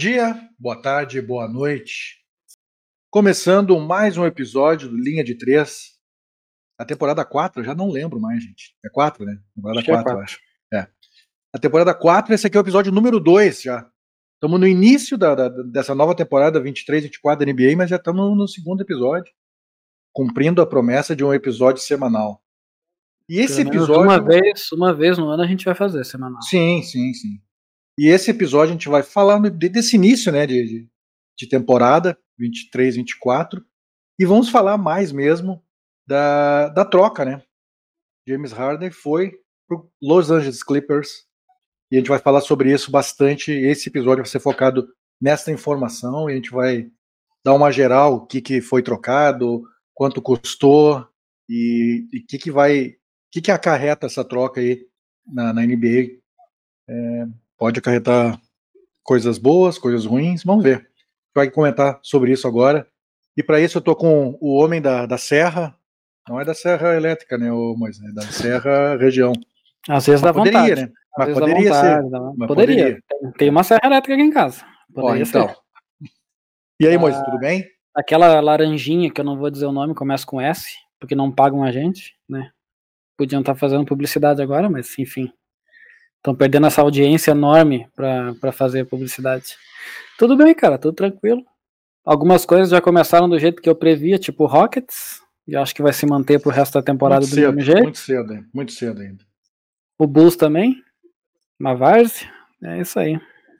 dia, boa tarde, boa noite. Começando mais um episódio do Linha de 3. A temporada 4, eu já não lembro mais, gente. É 4, né? Temporada Acho que é 4, eu 4. acho. É. A temporada 4, esse aqui é o episódio número 2 já. Estamos no início dessa nova temporada 23-24 da NBA, mas já estamos no segundo episódio, cumprindo a promessa de um episódio semanal. E esse Pelo menos episódio... uma vez no ano a gente vai fazer semanal. Sim. E esse episódio a gente vai falar desse início, né, de temporada 23-24, e vamos falar mais mesmo da troca, né? James Harden foi para Los Angeles Clippers, e a gente vai falar sobre isso bastante. Esse episódio vai ser focado nessa informação, e a gente vai dar uma geral, o que foi trocado, quanto custou, e o que acarreta essa troca aí na NBA. Pode acarretar coisas boas, coisas ruins, vamos ver. A gente vai comentar sobre isso agora. E para isso eu tô com o homem da Serra, não é da Serra Elétrica, né, Moisés? É da Serra Região. Às vezes dá Poderia, vontade. né? Às Mas vezes dá poderia ser. vontade. Mas Poderia. Tem uma serra elétrica aqui em casa. Ó, Poderia então. ser. E aí, Moisés, tudo bem? Aquela laranjinha, que eu não vou dizer o nome, começa com S, porque não pagam a gente, né? Podiam estar fazendo publicidade agora, mas enfim. Estão perdendo essa audiência enorme pra fazer publicidade. Tudo bem, cara, tudo tranquilo. Algumas coisas já começaram do jeito que eu previa, tipo o Rockets, e acho que vai se manter pro resto da temporada do mesmo jeito. Muito cedo ainda. O Bulls também, uma várzea, é isso aí.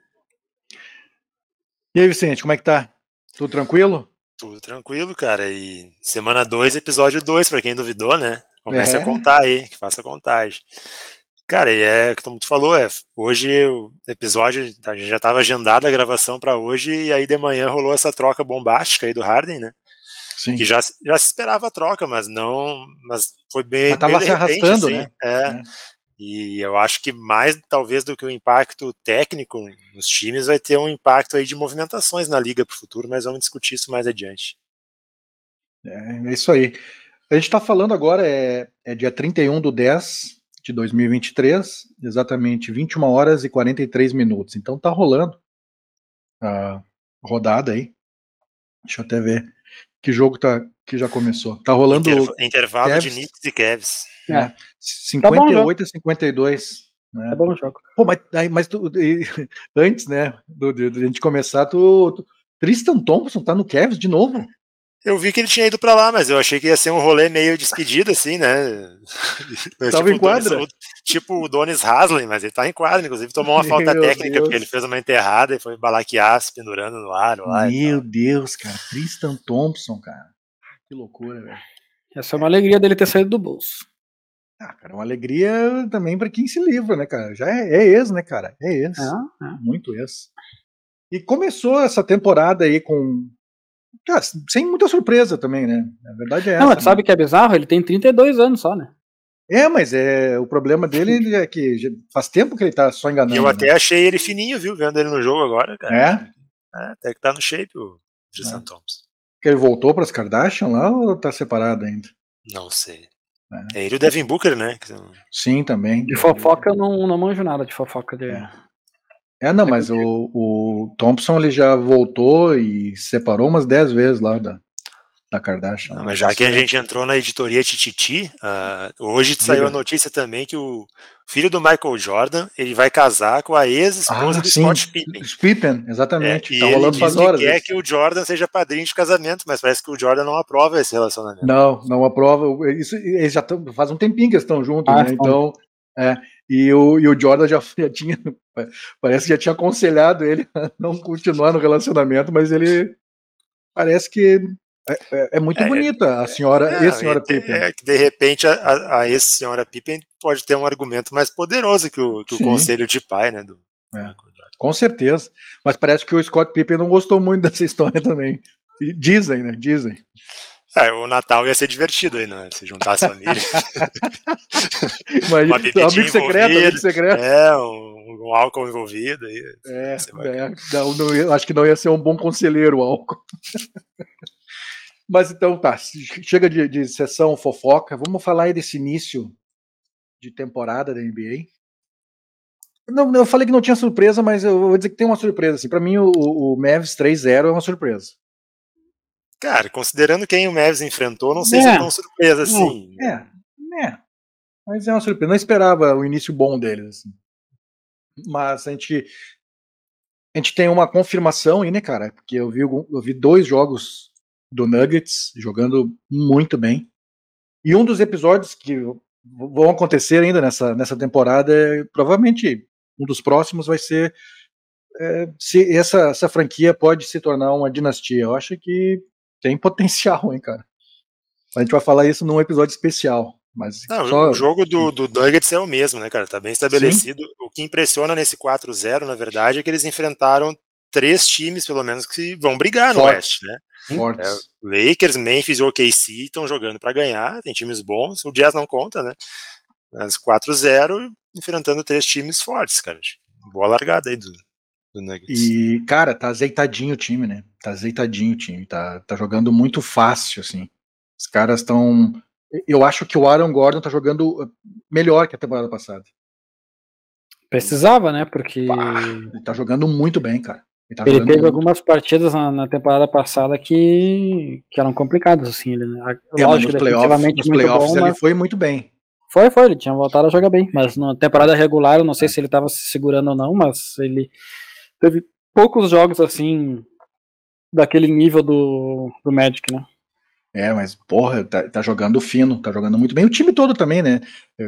E aí, Vicente, como é que tá? Tudo tranquilo? Tudo tranquilo, cara. E semana 2, episódio 2, pra quem duvidou, né? Comece a contar aí, que faça a contagem. Cara, e como tu falou, hoje o episódio, a gente já estava agendado a gravação para hoje, e aí de manhã rolou essa troca bombástica aí do Harden, né? Sim. Que já se esperava a troca, mas foi bem, mas tava bem de se repente, arrastando, assim, né? E eu acho que mais, talvez, do que o impacto técnico nos times, vai ter um impacto aí de movimentações na liga pro futuro, mas vamos discutir isso mais adiante. É isso aí. A gente tá falando agora, é dia 31/10 de 2023, exatamente 21 horas e 43 minutos. Então tá rolando a rodada aí. Deixa eu até ver que jogo que já começou. Tá rolando intervalo Cavs, de Knicks e Cavs. 58 a 52. Né? Tá bom o jogo. Pô, mas antes, né, de a gente começar, Tristan Thompson tá no Cavs de novo? Eu vi que ele tinha ido pra lá, mas eu achei que ia ser um rolê meio despedida, assim, né? Tava em quadra? Tipo o Donis Haslem, mas ele tá em quadra, inclusive tomou uma falta técnica, porque ele fez uma enterrada e foi balaquear se pendurando no ar. Meu Deus, cara. Tristan Thompson, cara. Que loucura, velho. Essa é uma alegria dele ter saído do bolso. Cara, é uma alegria também pra quem se livra, né, cara? Já é ex, né, cara? É ex. Muito ex. E começou essa temporada aí com... Cara, sem muita surpresa também, né? Na verdade é essa. Não, mas sabe o que é bizarro? Ele tem 32 anos só, né? Mas o problema dele é que faz tempo que ele tá só enganando. E eu até achei ele fininho, viu? Vendo ele no jogo agora, cara. Até que tá no shape o Tristan Thompson. Que ele voltou pras Kardashian lá ou tá separado ainda? Não sei. É ele e o Devin Booker, né? Sim, também. De fofoca eu não manjo nada de fofoca de... Não, mas o Thompson ele já voltou e separou umas 10 vezes lá da Kardashian. Mas já que a gente entrou na editoria Tititi, hoje saiu a notícia também que o filho do Michael Jordan, ele vai casar com a ex-esposa do Scott Pippen. Pippen, exatamente. E tá ele diz que quer que o Jordan seja padrinho de casamento, mas parece que o Jordan não aprova esse relacionamento. Não aprova. Isso, eles já faz um tempinho que eles estão juntos, né? Então, e o Jordan já tinha, parece que já tinha aconselhado ele a não continuar no relacionamento, mas ele parece que é muito bonita a senhora, ex-senhora Pippen. Que de repente a ex-senhora Pippen pode ter um argumento mais poderoso que o conselho de pai, né? Com certeza. Mas parece que o Scott Pippen não gostou muito dessa história também. Dizem, né? Dizem. O Natal ia ser divertido aí, né? Se juntasse a família. Uma amigo secreto. Um álcool envolvido. Aí, acho que não ia ser um bom conselheiro o álcool. Mas então tá, chega de sessão fofoca, vamos falar aí desse início de temporada da NBA. Não, eu falei que não tinha surpresa, mas eu vou dizer que tem uma surpresa. Assim. Pra mim, o Mavs 3-0 é uma surpresa. Cara, considerando quem o Mavs enfrentou, não sei se é tão surpresa assim. Mas é uma surpresa. Não esperava o início bom deles. Assim. Mas a gente tem uma confirmação aí, né, cara? Porque eu vi 2 jogos do Nuggets jogando muito bem. E um dos episódios que vão acontecer ainda nessa temporada, provavelmente um dos próximos vai ser se essa franquia pode se tornar uma dinastia. Eu acho que tem potencial, hein, cara. A gente vai falar isso num episódio especial. Mas não, só... o jogo do Nuggets é o mesmo, né, cara? Tá bem estabelecido. Sim. O que impressiona nesse 4-0, na verdade, é que eles enfrentaram 3 times, pelo menos, que vão brigar no Oeste, né? Fortes. Lakers, Memphis e OKC estão jogando para ganhar, tem times bons, o Jazz não conta, né? Mas 4-0, enfrentando 3 times fortes, cara. Boa largada aí do Nuggets. E, cara, tá azeitadinho o time, né? Tá azeitadinho o time, tá jogando muito fácil, assim. Os caras estão... Eu acho que o Aaron Gordon tá jogando melhor que a temporada passada. Precisava, né? Porque... ele tá jogando muito bem, cara. Ele teve muito... algumas partidas na temporada passada que eram complicadas, assim. Ele, lógico, nos playoffs bom, ele foi muito bem. Foi, ele tinha voltado a jogar bem, mas na temporada regular, eu não sei se ele tava se segurando ou não, mas ele teve poucos jogos, assim, daquele nível do Magic, né? Mas, porra, tá jogando fino, tá jogando muito bem. O time todo também, né?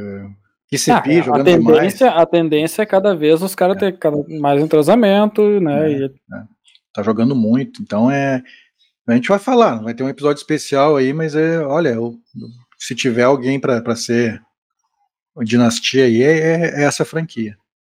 KCP jogando demais. A tendência é cada vez os caras ter mais entrosamento, né? Tá jogando muito, então a gente vai falar, vai ter um episódio especial aí, mas olha, se tiver alguém pra ser uma dinastia aí, é essa franquia.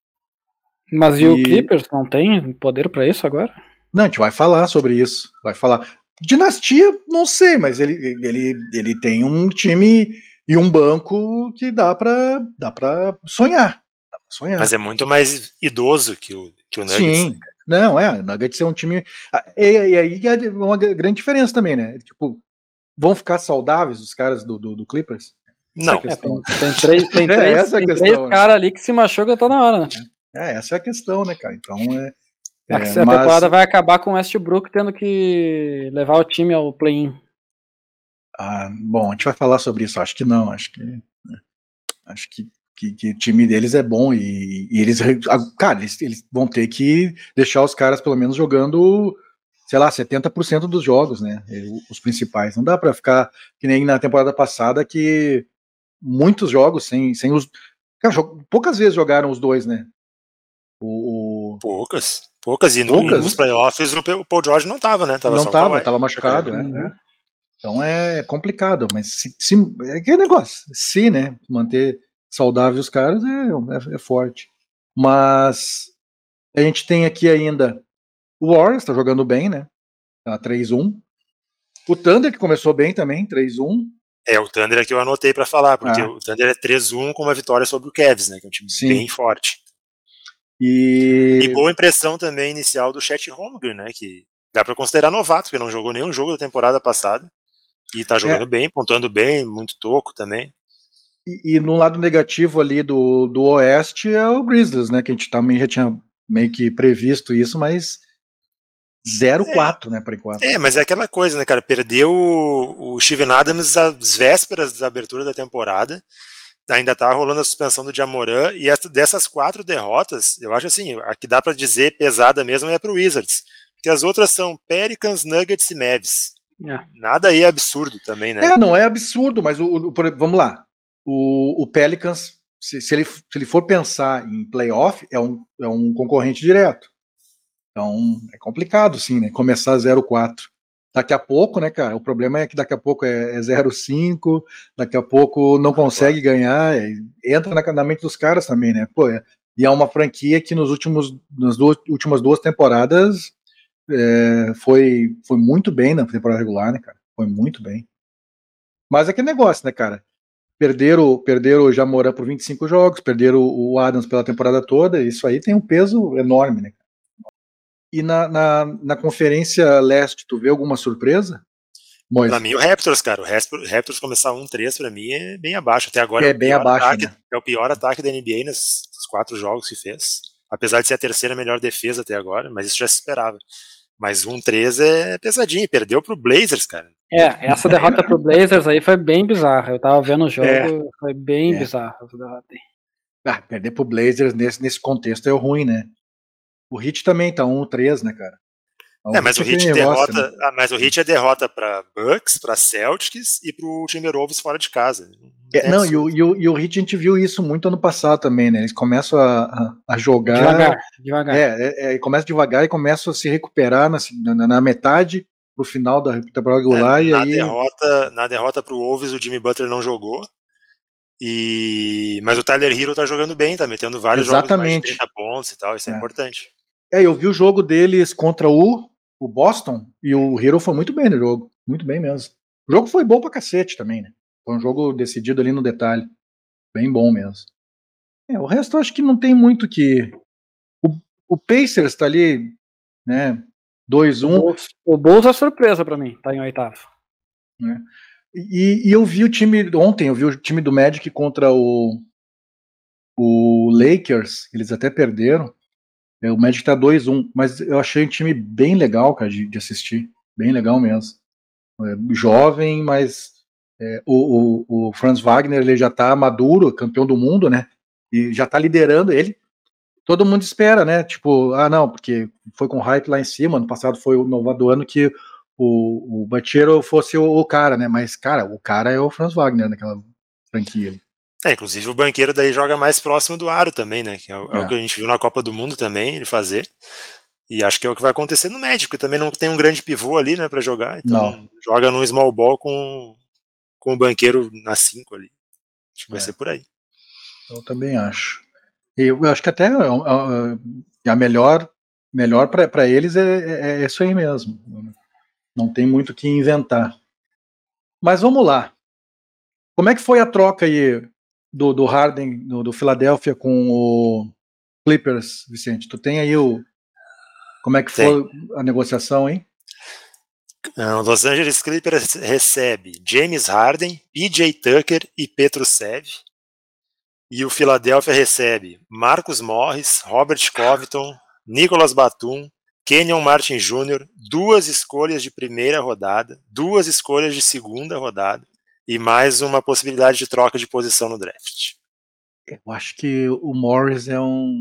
Mas e o Clippers não tem poder pra isso agora? Não, a gente vai falar sobre isso, vai falar. Dinastia, não sei, mas ele tem um time e um banco que dá pra sonhar. Mas é muito mais idoso que o Nuggets. Sim, não, o Nuggets é um time... E aí é uma grande diferença também, né? Tipo, vão ficar saudáveis os caras do Clippers? Não. Tem três caras ali que se machucam toda hora, né? Essa é a questão, né, cara? Então a temporada vai acabar com o Westbrook tendo que levar o time ao play-in. Bom, a gente vai falar sobre isso. Acho que não. Acho que o time deles é bom e eles, cara, eles vão ter que deixar os caras pelo menos jogando, sei lá, 70% dos jogos, né? Os principais. Não dá pra ficar que nem na temporada passada que muitos jogos sem os... Cara, poucas vezes jogaram os dois, né? Poucas, e nos playoffs o Paul George não tava, né? Tava machucado, né? Então é complicado, mas é aquele negócio, se, né, manter saudável os caras é forte. Mas a gente tem aqui ainda o Warriors, tá jogando bem, né? Tá 3-1. O Thunder, que começou bem também, 3-1. O Thunder é que eu anotei pra falar, porque o Thunder é 3-1 com uma vitória sobre o Cavs, né? Que é um time bem forte. E boa impressão também inicial do Chet Holmgren, né? Que dá pra considerar novato, porque não jogou nenhum jogo da temporada passada. E tá jogando bem, pontuando bem, muito toco também. E no lado negativo ali do Oeste é o Grizzlies, né? Que a gente também já tinha meio que previsto isso, mas 0-4, né, por enquanto. Mas é aquela coisa, né, cara? Perdeu o Steven Adams às vésperas da abertura da temporada. Ainda tá rolando a suspensão do Jamoran. E dessas 4 derrotas, eu acho assim, a que dá pra dizer pesada mesmo é pro Wizards. Porque as outras são Pelicans, Nuggets e Mavs. Nada aí é absurdo também, né? Não é absurdo, mas vamos lá. O Pelicans, se ele for pensar em playoff, é um concorrente direto. Então é complicado, sim, né? Começar 0-4. Daqui a pouco, né, cara? O problema é que daqui a pouco é 0-5, daqui a pouco não consegue ganhar, entra na mente dos caras também, né? E é uma franquia que nas últimas 2 temporadas foi muito bem na temporada regular, né, cara? Foi muito bem. Mas é aquele negócio, né, cara? Perderam o Jamoran por 25 jogos, perderam o Adams pela temporada toda, isso aí tem um peso enorme, né? E na Conferência Leste, tu vê alguma surpresa? Pra mim, o Raptors, cara, o Raptors começar 1-3 pra mim é bem abaixo. Até agora é bem abaixo, ataque, né? é o pior ataque da NBA nos 4 jogos que fez. Apesar de ser a terceira melhor defesa até agora, mas isso já se esperava. Mas 1-3 é pesadinho, perdeu pro Blazers, cara. Essa derrota pro Blazers aí foi bem bizarra. Eu tava vendo o jogo, foi bem bizarra essa derrota aí. Perder pro Blazers nesse contexto é ruim, né? O Heat também tá 1-3, né, cara? Mas o Heat derrota, né? Mas o Heat é derrota pra Bucks, pra Celtics e pro Timberwolves fora de casa. E o Heat a gente viu isso muito ano passado também, né? Eles começam a jogar devagar. Começa devagar e começam a se recuperar na metade pro final da temporada regular e aí na derrota pro Wolves o Jimmy Butler não jogou. Mas o Tyler Hero tá jogando bem, tá metendo vários jogos mais de 30 pontos e tal, isso é importante. Eu vi o jogo deles contra o Boston e o Hero foi muito bem no jogo, muito bem mesmo. O jogo foi bom pra cacete também, né? Foi um jogo decidido ali no detalhe, bem bom mesmo. O resto eu acho que não tem muito que... O Pacers tá ali, né, 2-1. O Bulls é surpresa pra mim, tá em oitavo. E eu vi o time, ontem eu vi o time do Magic contra o Lakers, eles até perderam. O Magic tá 2-1, mas eu achei um time bem legal, cara, de assistir. Bem legal mesmo. Jovem, mas o Franz Wagner ele já tá maduro, campeão do mundo, né? E já tá liderando ele. Todo mundo espera, né? Tipo, não, porque foi com hype lá em cima. Ano passado foi o novo ano que o Banchero fosse o cara, né? Mas, cara, o cara é o Franz Wagner naquela franquia ali. Inclusive o Banqueiro daí joga mais próximo do aro também, né? Que é o que a gente viu na Copa do Mundo também, ele fazer. E acho que é o que vai acontecer no Magic, porque também não tem um grande pivô ali, né, pra jogar. Então joga num small ball com o Banqueiro na 5 ali. Acho que vai ser por aí. Eu também acho. Eu acho que até a melhor para eles é isso aí mesmo. Não tem muito o que inventar. Mas vamos lá. Como é que foi a troca aí do Harden, do Philadelphia com o Clippers, Vicente? Tu tem aí como é que foi a negociação, hein? O Los Angeles Clippers recebe James Harden, PJ Tucker e Petrusev. E o Philadelphia recebe Marcus Morris, Robert Covington, Nicolas Batum, Kenyon Martin Jr., 2 escolhas de primeira rodada, 2 escolhas de segunda rodada e mais uma possibilidade de troca de posição no draft. Eu acho que o Morris é um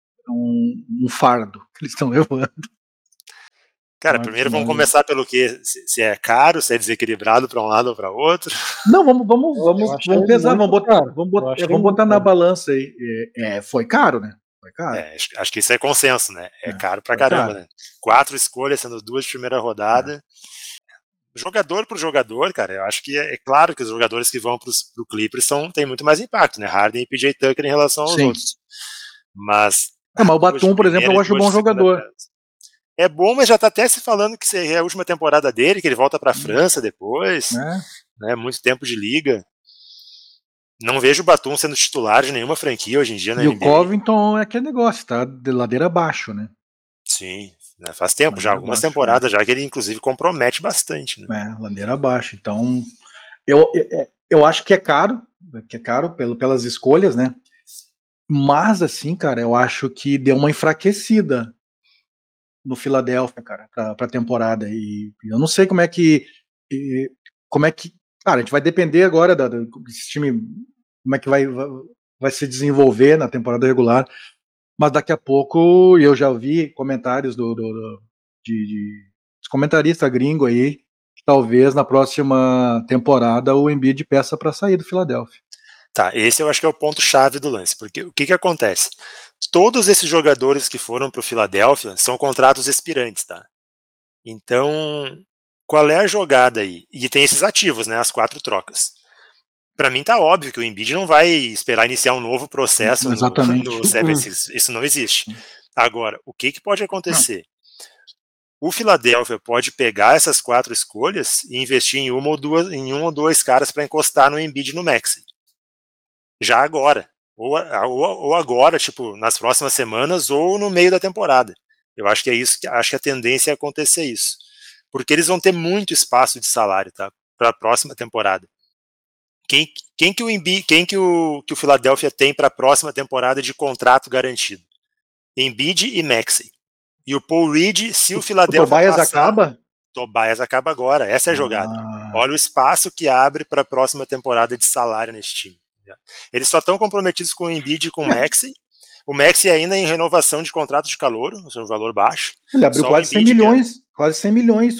fardo que eles estão levando. Cara, primeiro vamos começar pelo que se é caro, se é desequilibrado para um lado ou para outro. Não, vamos pesar, vamos botar na balança aí. Foi caro, né? Foi caro. Acho que isso é consenso, né? É caro pra caramba, né? 4 escolhas, sendo 2 de primeira rodada. Jogador por jogador, cara, eu acho que é claro que os jogadores que vão pro Clippers têm muito mais impacto, né? Harden e PJ Tucker em relação aos outros. Mas o Batum, por exemplo, eu acho bom jogador. É bom, mas já tá até se falando que é a última temporada dele, que ele volta pra França depois. Né? Muito tempo de liga. Não vejo o Batum sendo titular de nenhuma franquia hoje em dia na NBA. E o Covington é aquele negócio, tá de ladeira abaixo, né? Sim, né? Faz tempo já, algumas temporadas já que ele inclusive compromete bastante, né? Ladeira abaixo. Então, eu acho que é caro pelas escolhas, né? Mas assim, cara, eu acho que deu uma enfraquecida no Philadelphia, cara, pra temporada. E eu não sei como é que. Cara, a gente vai depender agora desse time, como é que vai se desenvolver na temporada regular. Mas daqui a pouco eu já vi comentários de comentarista gringo aí, que talvez na próxima temporada o Embiid peça para sair do Philadelphia. Tá, esse eu acho que é o ponto-chave do lance, porque o que acontece? Todos esses jogadores que foram para o Philadelphia são contratos expirantes, tá? Então, qual é a jogada aí? E tem esses ativos, né? As 4 trocas. Para mim tá óbvio que o Embiid não vai esperar iniciar um novo processo no 76. Isso não existe. Agora, o que pode acontecer? O Philadelphia pode pegar essas 4 escolhas e investir em um ou dois caras para encostar no Embiid no Maxey. Já agora. Ou agora, tipo, nas próximas semanas ou no meio da temporada. Eu acho que é isso, acho que a tendência é acontecer isso. porque eles vão ter muito espaço de salário, tá? Para a próxima temporada. Quem que o Philadelphia tem para a próxima temporada de contrato garantido? Embiid e Maxey. E o Paul Reed, se o Philadelphia o Tobias passar, acaba? Tobias acaba agora. Essa é a jogada. Olha o espaço que abre para a próxima temporada de salário nesse time. Eles só estão comprometidos com o Embiid e com o Maxey. O Maxey ainda em renovação de contrato de calouro, um valor baixo. Ele abriu quase 100 milhões. Quase 100 milhões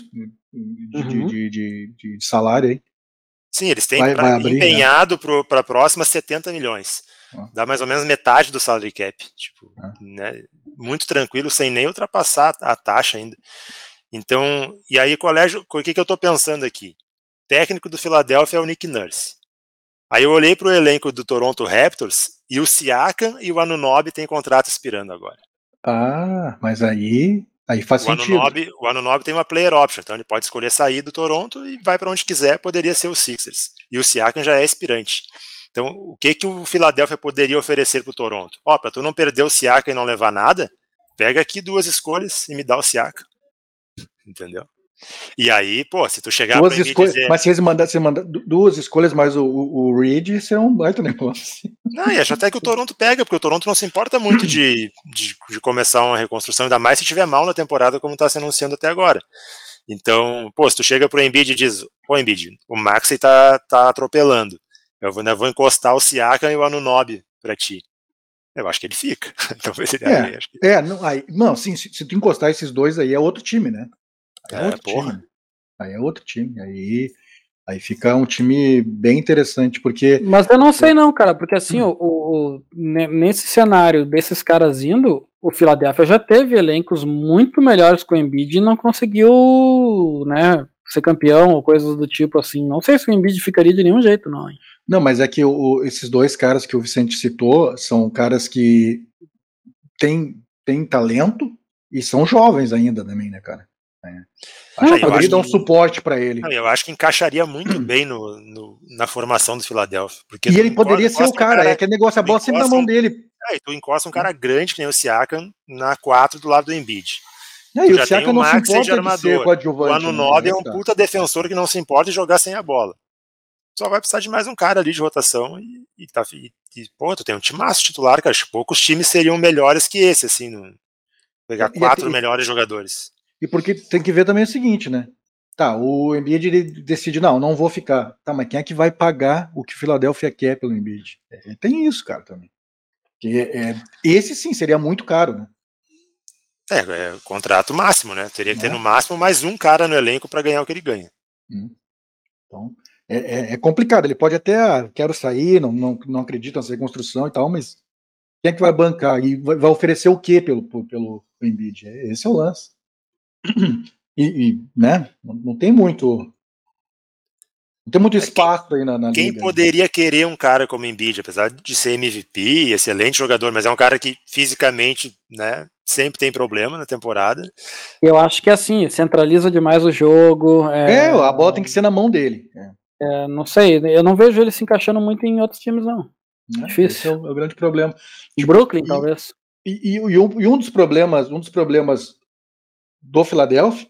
de salário aí. Sim, eles têm empenhado para a próxima 70 milhões. Dá mais ou menos metade do salary cap. Tipo, né, muito tranquilo, sem nem ultrapassar a taxa ainda. Então, e aí, o que eu estou pensando aqui? O técnico do Philadelphia é o Nick Nurse. Aí eu olhei para o elenco do Toronto Raptors e o Siakam e o Anunoby têm contrato expirando agora. Mas aí faz sentido. O Anunoby tem uma player option, então ele pode escolher sair do Toronto e vai para onde quiser, poderia ser o Sixers. E o Siakam já é expirante. Então, o que o Philadelphia poderia oferecer para o Toronto? Para tu não perder o Siakam e não levar nada, pega aqui 2 escolhas e me dá o Siakam. Entendeu? E aí, se tu chegar para dizer... Mas se eles mandarem 2 escolhas mais o Reed, isso é um baita negócio. Não, e acho até que o Toronto pega, porque o Toronto não se importa muito de começar uma reconstrução, ainda mais se tiver mal na temporada, como está se anunciando até agora. Então, se tu chega pro Embiid e diz, Embiid, o Maxey tá atropelando, eu vou encostar o Siakam e o Anunoby pra ti. Eu acho que ele fica. Talvez ele sim, se tu encostar esses 2 aí é outro time, né? Aí é outro time. Aí fica um time bem interessante, porque... Mas eu não sei não, cara, porque assim, nesse cenário desses caras indo, o Philadelphia já teve elencos muito melhores com o Embiid e não conseguiu, né, ser campeão ou coisas do tipo assim. Não sei se o Embiid ficaria de nenhum jeito, não. Hein? Não, mas é que esses 2 caras que o Vicente citou são caras que têm talento e são jovens ainda também, né, cara? Acho que poderia dar um suporte para ele. Eu acho que encaixaria muito bem na formação do Philadelphia. Porque e ele poderia ser o cara, é aquele negócio, a bola sempre na mão dele. E tu encosta um cara grande que nem o Siakam na 4 do lado do Embiid. E o Siakam não se importa de ser coadjuvante. O Anunoby é um puta defensor que não se importa de jogar sem a bola. Só vai precisar de mais um cara ali de rotação tu tem um timaço titular, cara. Poucos times seriam melhores que esse, assim, pegar 4 melhores jogadores. E porque tem que ver também o seguinte, né? Tá, o Embiid ele decide, não vou ficar. Tá, mas quem é que vai pagar o que o Philadelphia quer pelo Embiid? Tem isso, cara, também. Esse sim seria muito caro, né? Contrato máximo, né? Teria que ter no máximo mais um cara no elenco para ganhar o que ele ganha. Então, é complicado. Ele pode até, quero sair, não acredito nessa reconstrução e tal, mas quem é que vai bancar? E vai oferecer o quê pelo Embiid? Esse é o lance. Né? Não tem muito espaço aí na liga. Quem poderia querer um cara como Embiid, apesar de ser MVP, excelente jogador, mas é um cara que fisicamente, né, sempre tem problema na temporada. Eu acho que assim, centraliza demais o jogo. A bola tem que ser na mão dele. Não sei, eu não vejo ele se encaixando muito em outros times, não. Difícil. Esse é o grande problema. Em Brooklyn, talvez. E um dos problemas do Philadelphia,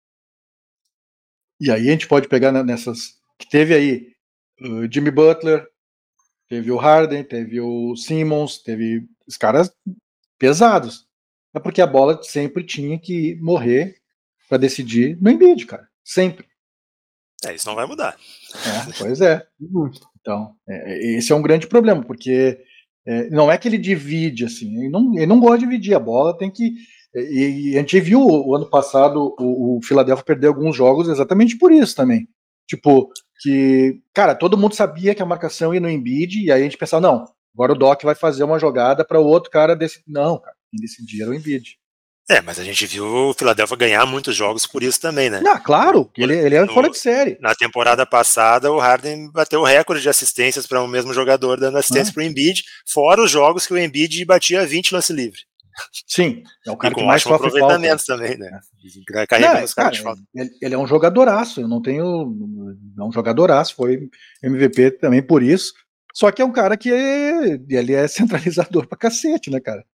e aí a gente pode pegar nessas que teve aí o Jimmy Butler, teve o Harden, teve o Simmons, teve os caras pesados. É porque a bola sempre tinha que morrer para decidir no Embiid, cara. Sempre. Isso não vai mudar. Pois é. Então, esse é um grande problema, porque não é que ele divide, assim, ele não gosta de dividir, a bola tem que... E a gente viu o ano passado o Philadelphia perder alguns jogos exatamente por isso também. Tipo, que, cara, todo mundo sabia que a marcação ia no Embiid, e aí a gente pensava, não, agora o Doc vai fazer uma jogada para o outro cara decidir. Não, cara, quem decidia era o Embiid. Mas a gente viu o Philadelphia ganhar muitos jogos por isso também, né? Claro, ele é fora de série. Na temporada passada, o Harden bateu o recorde de assistências para o mesmo jogador dando assistência para o Embiid, fora os jogos que o Embiid batia 20 lance livre. Sim, é o cara com que mais sofre aproveitamento também, né? Carregando os caras de falta. Ele é um jogadoraço, eu não tenho... É um jogadoraço, foi MVP também por isso. Só que é um cara que ele é centralizador pra cacete, né, cara?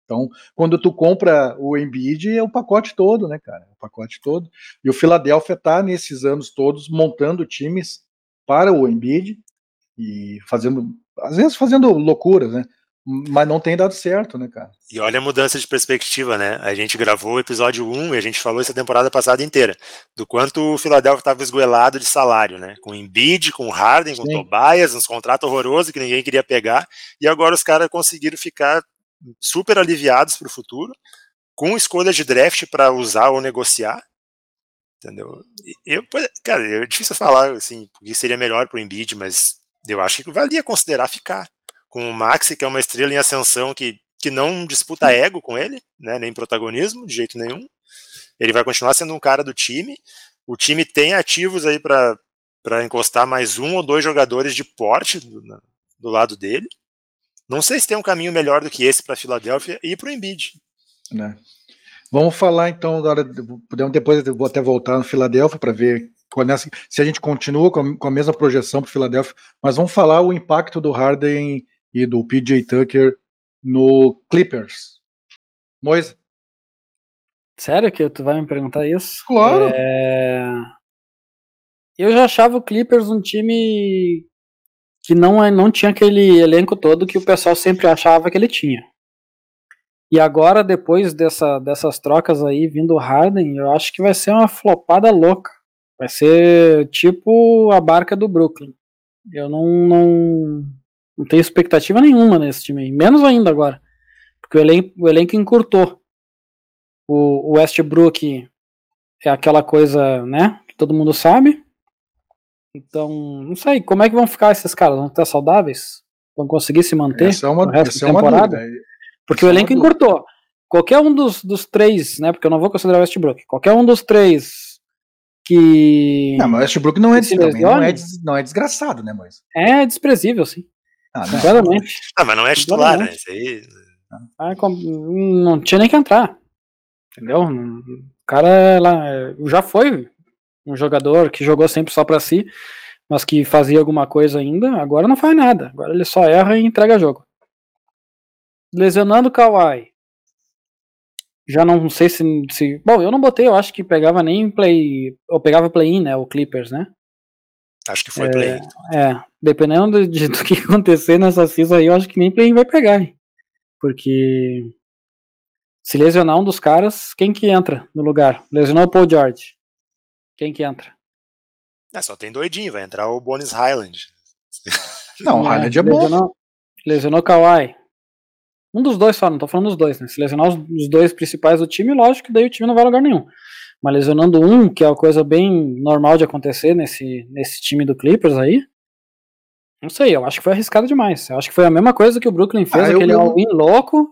Então, quando tu compra o Embiid, é o pacote todo, né, cara? O pacote todo. E o Philadelphia tá nesses anos todos montando times para o Embiid e às vezes fazendo loucuras, né? Mas não tem dado certo, né, cara? E olha a mudança de perspectiva, né? A gente gravou o episódio 1 e a gente falou isso a temporada passada inteira, do quanto o Philadelphia estava esgoelado de salário, né? Com Embiid, com Harden, com Tobias, uns contratos horrorosos que ninguém queria pegar, e agora os caras conseguiram ficar super aliviados para o futuro, com escolha de draft para usar ou negociar, entendeu? Cara, é difícil falar assim, porque seria melhor para o Embiid, mas eu acho que valia considerar ficar com o Maxey, que é uma estrela em ascensão que não disputa ego com ele, né, nem protagonismo, de jeito nenhum. Ele vai continuar sendo um cara do time. O time tem ativos aí para encostar mais 1 ou 2 jogadores de porte do lado dele. Não sei se tem um caminho melhor do que esse para a Filadélfia e para o Embiid. Né? Vamos falar então agora, depois eu vou até voltar no Filadélfia para ver se a gente continua com a mesma projeção para o Filadélfia, mas vamos falar o impacto do Harden e do PJ Tucker no Clippers. Moisa? Sério que tu vai me perguntar isso? Claro! Eu já achava o Clippers um time que não tinha aquele elenco todo que o pessoal sempre achava que ele tinha. E agora, depois dessas trocas aí, vindo o Harden, eu acho que vai ser uma flopada louca. Vai ser tipo a barca do Brooklyn. Eu não tenho expectativa nenhuma nesse time aí. Menos ainda agora. Porque o elenco encurtou. O Westbrook é aquela coisa, né, que todo mundo sabe. Então, não sei, como é que vão ficar esses caras? Vão estar saudáveis? Vão conseguir se manter no resto da temporada? Porque o elenco encurtou. Qualquer um dos três, né, porque eu não vou considerar o Westbrook, qualquer um dos três que... Não, mas o Westbrook não é desgraçado, né, Moisa? É desprezível, sim. Completamente. Mas não é titular, né? Isso aí... Não tinha nem que entrar. Entendeu? O cara lá já foi um jogador que jogou sempre só pra si, mas que fazia alguma coisa ainda, agora não faz nada. Agora ele só erra e entrega jogo. Lesionando o Kawhi. Já não sei se... Bom, eu não botei, eu acho que pegava nem play... Ou pegava play-in, né? O Clippers, né? Acho que foi play-in. Dependendo do que acontecer nessa season aí, eu acho que nem play-in vai pegar, hein? Porque se lesionar um dos caras, quem que entra no lugar? Lesionou o Paul George. Quem que entra? Só tem doidinho, vai entrar o Bones Highland. Não, o Highland é bom. Lesionou o Kawhi. Um dos dois só, não tô falando dos dois, né? Se lesionar os dois principais do time, lógico que daí o time não vai a lugar nenhum. Mas lesionando um, que é uma coisa bem normal de acontecer nesse time do Clippers aí, não sei, eu acho que foi arriscado demais. Eu acho que foi a mesma coisa que o Brooklyn fez, aquele all-in louco,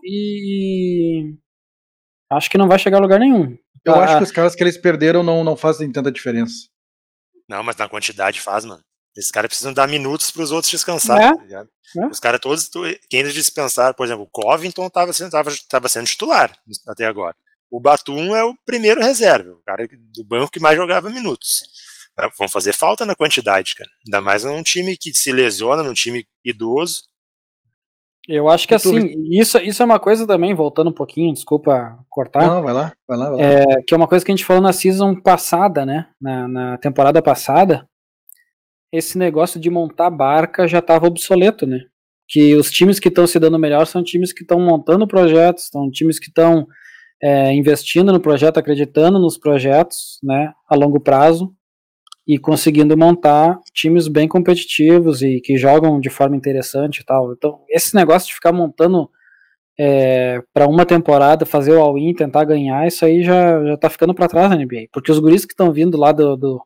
e acho que não vai chegar a lugar nenhum. Eu acho que os caras que eles perderam não fazem tanta diferença. Não, mas na quantidade faz, mano. Esses caras precisam dar minutos para os outros descansar, tá ligado? Os caras todos, quem eles dispensaram, por exemplo, o Covington estava sendo titular até agora. O Batum é o primeiro reserva, o cara do banco que mais jogava minutos. Vão fazer falta na quantidade, cara. Ainda mais num time que se lesiona, num time idoso. Eu acho que assim, isso é uma coisa também, voltando um pouquinho, desculpa cortar. Não, vai lá. Que é uma coisa que a gente falou na season passada, né? Na temporada passada. Esse negócio de montar barca já estava obsoleto, né? Que os times que estão se dando melhor são times que estão montando projetos, são times que estão investindo no projeto, acreditando nos projetos, né, a longo prazo, e conseguindo montar times bem competitivos e que jogam de forma interessante e tal. Então, esse negócio de ficar montando para uma temporada, fazer o all-in, tentar ganhar, isso aí já tá ficando para trás na NBA, porque os guris que estão vindo lá do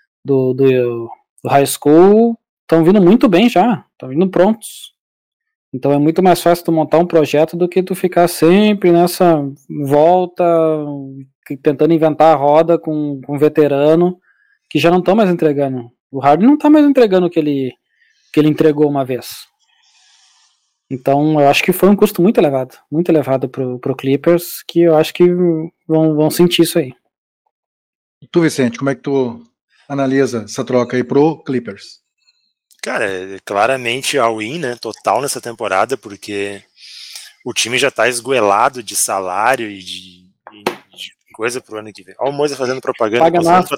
high school estão vindo muito bem já, estão vindo prontos. Então é muito mais fácil tu montar um projeto do que tu ficar sempre nessa volta, tentando inventar a roda com um veterano que já não estão mais entregando. O Harden não está mais entregando o que ele entregou uma vez. Então eu acho que foi um custo muito elevado pro Clippers, que eu acho que vão sentir isso aí. E tu, Vicente, como é que tu analisa essa troca aí pro Clippers? Cara, claramente all-in, né, total nessa temporada, porque o time já tá esgoelado de salário e de coisa pro ano que vem. Olha o Moisa fazendo propaganda. Paga nós.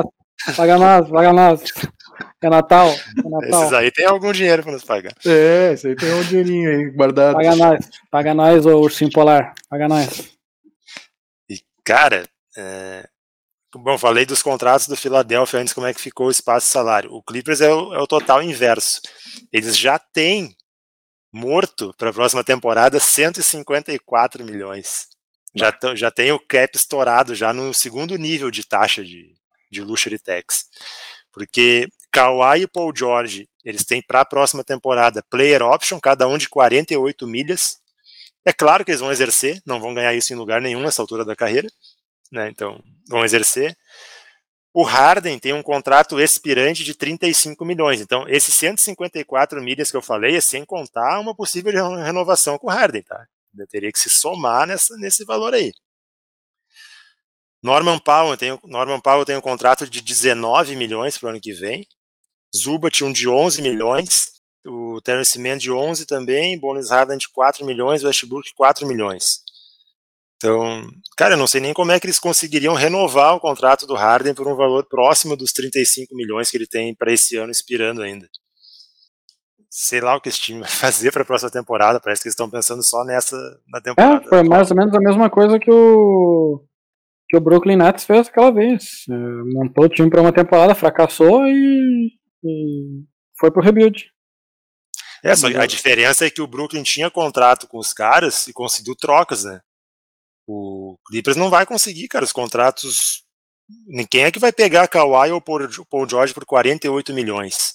É Natal. Esses aí tem algum dinheiro pra nos pagar. Esse aí tem um dinheirinho aí guardado. Paga nós, ô ursinho polar. Paga nós. E, cara, bom, falei dos contratos do Philadelphia antes, como é que ficou o espaço de salário. O Clippers é o total inverso. Eles já têm morto para a próxima temporada 154 milhões. Já tem o cap estourado já no segundo nível de taxa de luxury tax. Porque Kawhi e Paul George, eles têm para a próxima temporada player option, cada um de 48 milhas. É claro que eles vão exercer, não vão ganhar isso em lugar nenhum nessa altura da carreira, né? Então vão exercer. O Harden tem um contrato expirante de 35 milhões. Então, esses 154 milhas que eu falei é sem contar uma possível renovação com o Harden, tá? Ainda teria que se somar nesse valor aí. Norman Powell tem um contrato de 19 milhões para o ano que vem. Zubat um de 11 milhões. O Terrence Mann de 11 também. Bones Harden de 4 milhões. Westbrook 4 milhões. Então, cara, eu não sei nem como é que eles conseguiriam renovar o contrato do Harden por um valor próximo dos 35 milhões que ele tem para esse ano expirando ainda. Sei lá o que esse time vai fazer para a próxima temporada, parece que eles estão pensando só na temporada. Foi mais ou menos a mesma coisa que o Brooklyn Nets fez aquela vez. Montou o time para uma temporada, fracassou e foi pro rebuild. Só a diferença é que o Brooklyn tinha contrato com os caras e conseguiu trocas, né? O Clippers não vai conseguir, cara, os contratos. Quem é que vai pegar Kawhi ou Paul George por 48 milhões?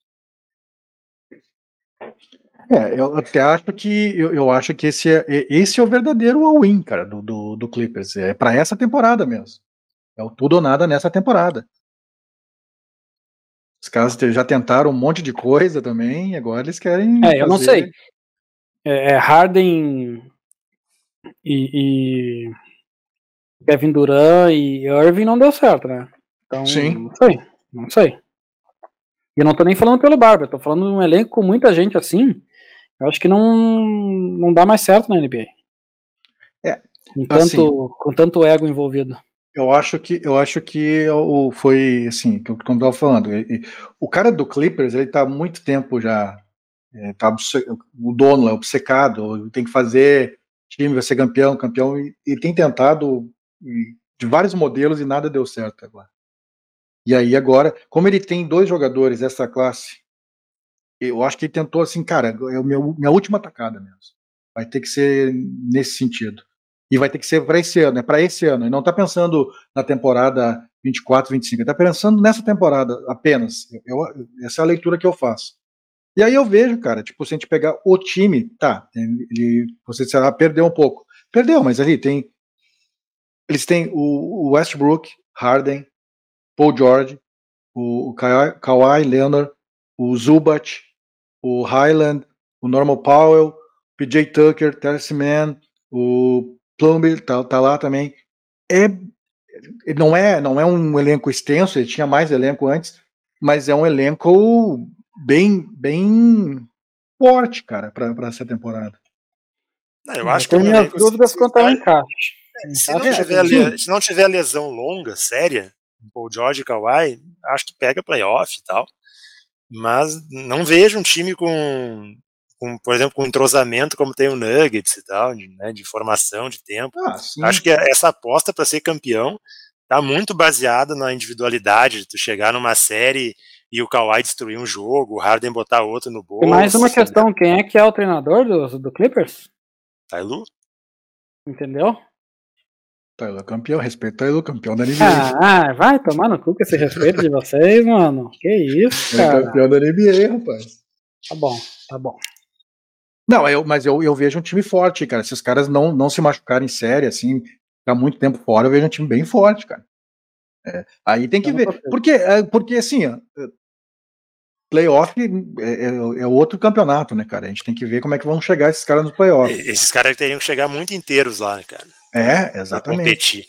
Eu até acho que eu acho que esse é o verdadeiro all-in, cara, do Clippers. É para essa temporada mesmo. É o tudo ou nada nessa temporada. Os caras já tentaram um monte de coisa também, agora eles querem fazer... eu não sei. Harden e Kevin Durant e Irving não deu certo, né? Então, sim. Não sei. E eu não tô nem falando pelo Barba, tô falando de um elenco com muita gente assim. Eu acho que não dá mais certo na NBA. Com tanto ego envolvido. Eu acho que foi assim, como eu estava falando. O cara do Clippers, ele tá há muito tempo já. O dono é obcecado, tem que fazer time, vai ser campeão, e tem tentado de vários modelos e nada deu certo agora. E aí agora, como ele tem 2 jogadores dessa classe, eu acho que ele tentou assim, cara, é minha última atacada mesmo. Vai ter que ser nesse sentido. E vai ter que ser para esse ano, é para esse ano. E não está pensando na temporada 24, 25, está pensando nessa temporada apenas. Essa é a leitura que eu faço. E aí eu vejo, cara, tipo, se a gente pegar o time, tá, você será perdeu um pouco. Perdeu, mas ali eles têm o Westbrook, Harden, Paul George, o Kawhi Leonard, o Zubat, o Highland, o Norman Powell, PJ Tucker, Terrence Mann, o Plumlee tá lá também. Não é um elenco extenso, ele tinha mais elenco antes, mas é um elenco bem forte, cara, para essa temporada. Eu acho que minhas dúvidas quanto ao encaixe. Se não tiver lesão longa, séria, o George e Kawhi, acho que pega playoff e tal. Mas não vejo um time com, por exemplo, com entrosamento como tem o Nuggets e tal, né, de formação, de tempo. Acho que essa aposta para ser campeão tá muito baseada na individualidade, de tu chegar numa série e o Kawhi destruir um jogo, o Harden botar outro no bolso. E mais uma questão, quem é que é o treinador do Clippers? Ty Lue. Entendeu? Ty Lue campeão, respeito Ty Lue, campeão da NBA. Vai tomar no cu com esse respeito de vocês, mano. Que isso, cara. É campeão da NBA, rapaz. Tá bom. Não, mas eu vejo um time forte, cara. Se os caras não se machucarem sério, assim, ficar muito tempo fora, eu vejo um time bem forte, cara. Aí tem que ver. Porque assim, ó, playoff é outro campeonato, né, cara? A gente tem que ver como é que vão chegar esses caras no playoff. Esses caras teriam que chegar muito inteiros lá, né, cara? Exatamente. Pra competir.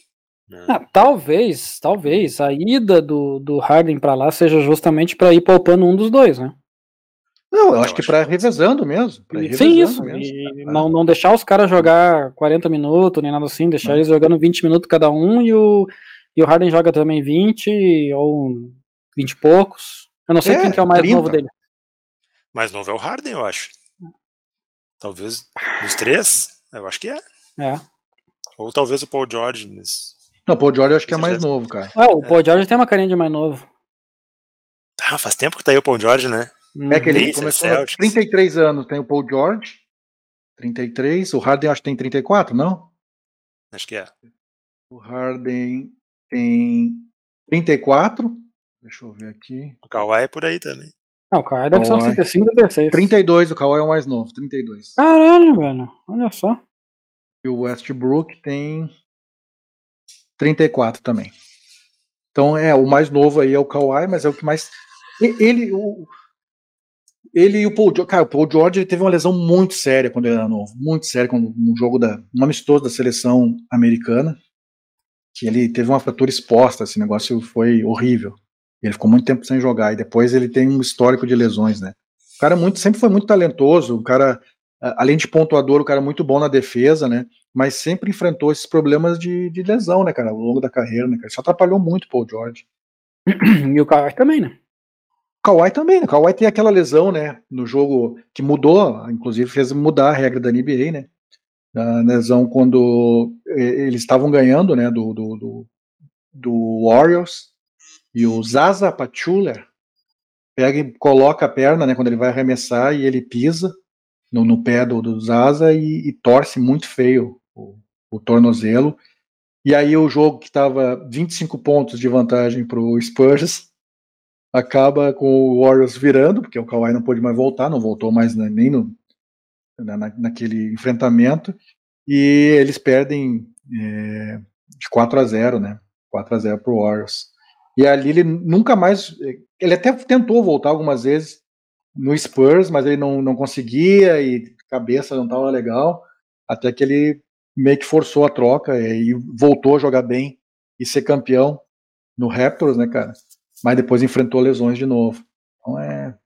Talvez a ida do Harden pra lá seja justamente pra ir poupando um dos dois, né? Não, eu acho que pra revezando mesmo. Sim, isso. Mesmo. E não deixar os caras jogar 40 minutos, nem nada assim, deixar eles jogando 20 minutos cada um e o Harden joga também 20 ou 20 e poucos. Eu não sei quem que é o mais 30. Novo dele. Mais novo é o Harden, eu acho. Talvez dos 3, eu acho que é. Ou talvez o Paul George. Não, o Paul George eu acho que é mais novo, cara. O Paul George tem uma carinha de mais novo. Faz tempo que tá aí o Paul George, né? É que ele começou a 33 anos, tem o Paul George, 33, o Harden acho que tem 34, não? Acho que é. O Harden tem 34, deixa eu ver aqui. O Kawhi é por aí também. Não, o Kawhi deve ser uns 35, 36. 32, o Kawhi é o mais novo, 32. Caralho, velho, olha só. E o Westbrook tem 34 também. Então o mais novo aí é o Kawhi, mas é o que mais... Ele e o Paul George, cara, o Paul George ele teve uma lesão muito séria quando ele era novo, muito séria, um jogo um amistoso da seleção americana, que ele teve uma fratura exposta, esse negócio foi horrível. Ele ficou muito tempo sem jogar, e depois ele tem um histórico de lesões, né? O cara sempre foi muito talentoso, o cara, além de pontuador, o cara muito bom na defesa, né? Mas sempre enfrentou esses problemas de lesão, né, cara, ao longo da carreira, né, cara? Isso atrapalhou muito o Paul George. E o Kawhi também, né? O Kawhi também, né? O Kawhi tem aquela lesão, né, no jogo que mudou, inclusive fez mudar a regra da NBA, né? A lesão quando eles estavam ganhando, né, do Warriors, e o Zaza Pachulia pega e coloca a perna, né, quando ele vai arremessar, e ele pisa no pé do Zaza e torce muito feio o tornozelo. E aí o jogo que estava 25 pontos de vantagem para o Spurs acaba com o Warriors virando, porque o Kawhi não pôde mais voltar, não voltou mais nem naquele enfrentamento, e eles perdem de 4-0, né? 4-0 pro Warriors. E ali ele nunca mais... Ele até tentou voltar algumas vezes no Spurs, mas ele não conseguia, e a cabeça não estava legal, até que ele meio que forçou a troca e voltou a jogar bem e ser campeão no Raptors, né, cara? Mas depois enfrentou lesões de novo. Então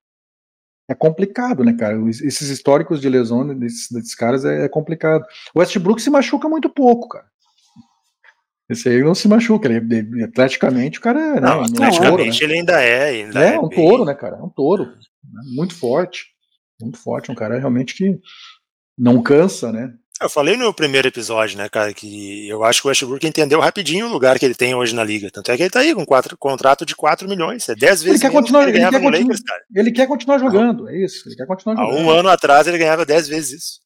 é complicado, né, cara? Esses históricos de lesões desses caras é complicado. O Westbrook se machuca muito pouco, cara. Esse aí não se machuca, ele atleticamente o cara é, não, né, atleticamente touro, né? ele ainda é um touro, né, cara? É um touro, muito forte, um cara realmente que não cansa, né? Eu falei no primeiro episódio, né, cara, que eu acho que o Westbrook entendeu rapidinho o lugar que ele tem hoje na liga. Tanto é que ele tá aí com contrato de 4 milhões. É 10 vezes menos que ele ganhava no Lakers, cara. Ele quer continuar jogando, é isso. Ele quer continuar jogando. Há um ano atrás ele ganhava 10 vezes isso.